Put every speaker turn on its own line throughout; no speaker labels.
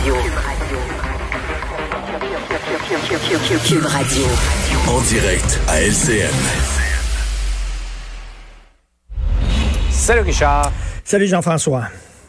Cube Radio.
En direct à LCN.
Salut Richard.
Salut Jean-François.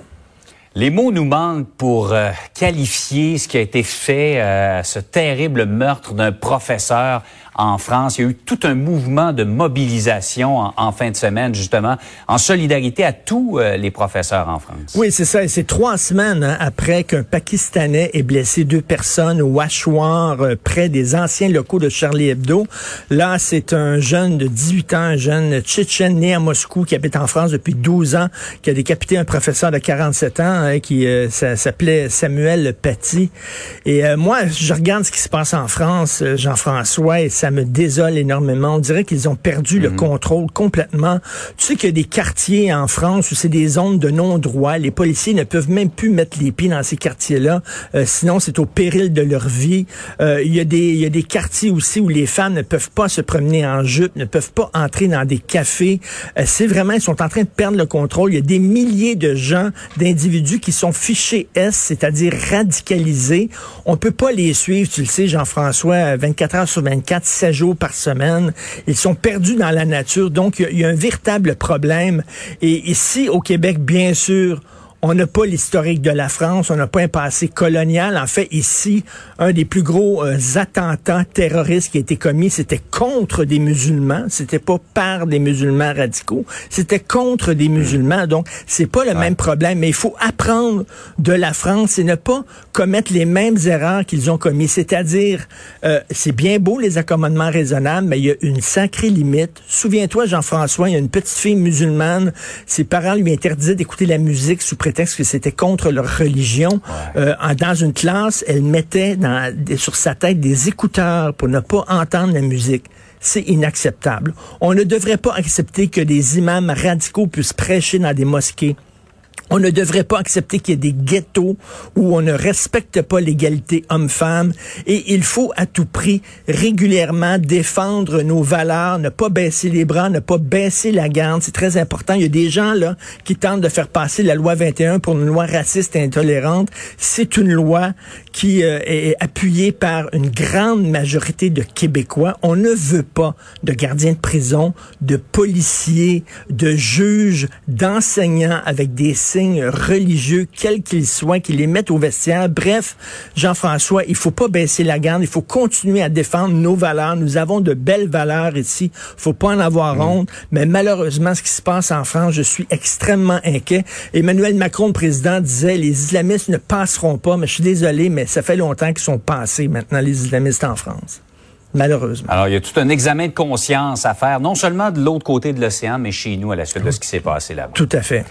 Les mots nous manquent pour qualifier ce qui a été fait, ce terrible meurtre d'un professeur en France. Il y a eu tout un mouvement de mobilisation en fin de semaine, justement, en solidarité à tous les professeurs en France.
Oui, c'est ça. Et c'est 3 semaines après qu'un Pakistanais ait blessé 2 personnes au hachoir près des anciens locaux de Charlie Hebdo. Là, c'est un jeune de 18 ans, un jeune tchétchène né à Moscou qui habite en France depuis 12 ans, qui a décapité un professeur de 47 ans qui s'appelait Samuel Paty. Et moi, je regarde ce qui se passe en France, Jean-François, et ça me désole énormément. On dirait qu'ils ont perdu le contrôle complètement. Tu sais qu'il y a des quartiers en France où c'est des zones de non-droit. Les policiers ne peuvent même plus mettre les pieds dans ces quartiers-là. Sinon, c'est au péril de leur vie. Il y a des quartiers aussi où les femmes ne peuvent pas se promener en jupe, ne peuvent pas entrer dans des cafés. C'est vraiment, ils sont en train de perdre le contrôle. Il y a des milliers de gens, d'individus qui sont fichés S, c'est-à-dire radicalisés. On peut pas les suivre, tu le sais, Jean-François, 24 heures sur 24, 7 jours par semaine. Ils sont perdus dans la nature. Donc, il y a un véritable problème. Et ici, au Québec, bien sûr, on n'a pas l'historique de la France, on n'a pas un passé colonial. En fait, ici, un des plus gros attentats terroristes qui a été commis, c'était contre des musulmans. C'était pas par des musulmans radicaux, c'était contre des musulmans. Donc, c'est pas le même problème. Mais il faut apprendre de la France et ne pas commettre les mêmes erreurs qu'ils ont commis. C'est-à-dire, c'est bien beau les accommodements raisonnables, mais il y a une sacrée limite. Souviens-toi, Jean-François, il y a une petite fille musulmane. Ses parents lui interdisaient d'écouter la musique sous prétexte que c'était contre leur religion. Dans une classe, elle mettait sur sa tête des écouteurs pour ne pas entendre la musique. C'est inacceptable. On ne devrait pas accepter que des imams radicaux puissent prêcher dans des mosquées. On ne devrait pas accepter qu'il y ait des ghettos où on ne respecte pas l'égalité homme-femme. Et il faut à tout prix régulièrement défendre nos valeurs, ne pas baisser les bras, ne pas baisser la garde. C'est très important. Il y a des gens là qui tentent de faire passer la loi 21 pour une loi raciste et intolérante. C'est une loi qui est appuyée par une grande majorité de Québécois. On ne veut pas de gardiens de prison, de policiers, de juges, d'enseignants avec des signes religieux, quels qu'ils soient, qui les mettent au vestiaire. Bref, Jean-François, il faut pas baisser la garde, il faut continuer à défendre nos valeurs. Nous avons de belles valeurs ici, faut pas en avoir honte, mais malheureusement, ce qui se passe en France, je suis extrêmement inquiet. Emmanuel Macron, le président, disait, les islamistes ne passeront pas, mais je suis désolé, mais ça fait longtemps qu'ils sont passés maintenant, les islamistes en France. Malheureusement.
Alors, il y a tout un examen de conscience à faire, non seulement de l'autre côté de l'océan, mais chez nous, à la suite de ce qui s'est passé là-bas.
Tout à fait.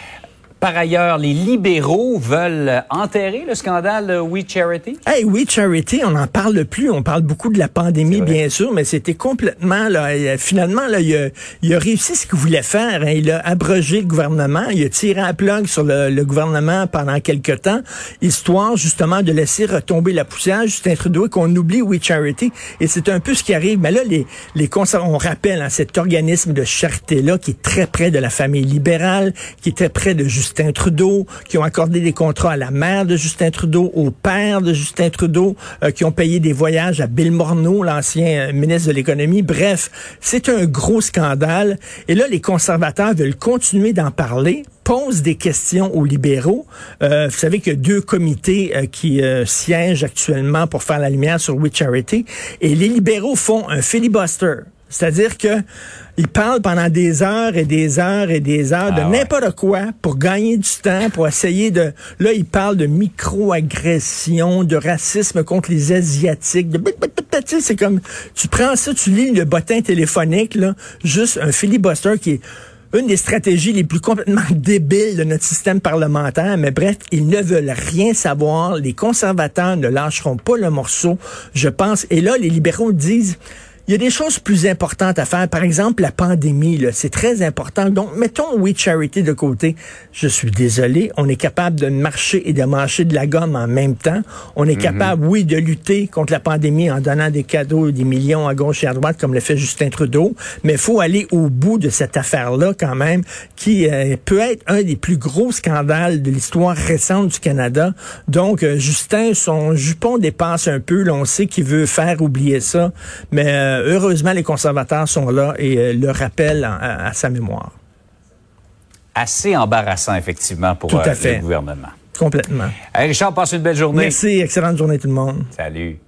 Par ailleurs, les libéraux veulent enterrer le scandale We Charity.
Hey, We Charity, on n'en parle plus. On parle beaucoup de la pandémie, bien sûr, mais c'était complètement, finalement, il a réussi ce qu'il voulait faire. Hein. Il a abrogé le gouvernement. Il a tiré un plug sur le gouvernement pendant quelque temps, histoire, justement, de laisser retomber la poussière. Justin Trudeau, qu'on oublie We Charity. Et c'est un peu ce qui arrive. Mais là, les conservateurs, on rappelle, hein, cet organisme de charité-là, qui est très près de la famille libérale, qui est très près de Justin Trudeau, qui ont accordé des contrats à la mère de Justin Trudeau, au père de Justin Trudeau, qui ont payé des voyages à Bill Morneau, l'ancien ministre de l'Économie. Bref, c'est un gros scandale. Et là, les conservateurs veulent continuer d'en parler, posent des questions aux libéraux. Vous savez qu'il y a 2 comités qui siègent actuellement pour faire la lumière sur We Charity. Et les libéraux font un filibuster. C'est-à-dire que ils parlent pendant des heures et des heures et des heures de n'importe quoi pour gagner du temps, pour essayer de... Là, ils parlent de micro-agression, de racisme contre les Asiatiques. C'est comme... Tu prends ça, tu lis le bottin téléphonique, là, juste un filibuster qui est une des stratégies les plus complètement débiles de notre système parlementaire. Mais bref, ils ne veulent rien savoir. Les conservateurs ne lâcheront pas le morceau, je pense. Et là, les libéraux disent... Il y a des choses plus importantes à faire. Par exemple, la pandémie, là, c'est très important. Donc, mettons We Charity de côté. Je suis désolé, on est capable de marcher et de mâcher de la gomme en même temps. On est capable, oui, de lutter contre la pandémie en donnant des cadeaux, des millions à gauche et à droite, comme le fait Justin Trudeau. Mais il faut aller au bout de cette affaire-là, quand même, qui peut être un des plus gros scandales de l'histoire récente du Canada. Donc, Justin, son jupon dépasse un peu. Là, on sait qu'il veut faire oublier ça. Mais heureusement, les conservateurs sont là et le rappellent à sa mémoire.
Assez embarrassant, effectivement, pour le gouvernement.
Complètement.
Hey, Richard, passe une belle journée.
Merci. Excellente journée tout le monde.
Salut.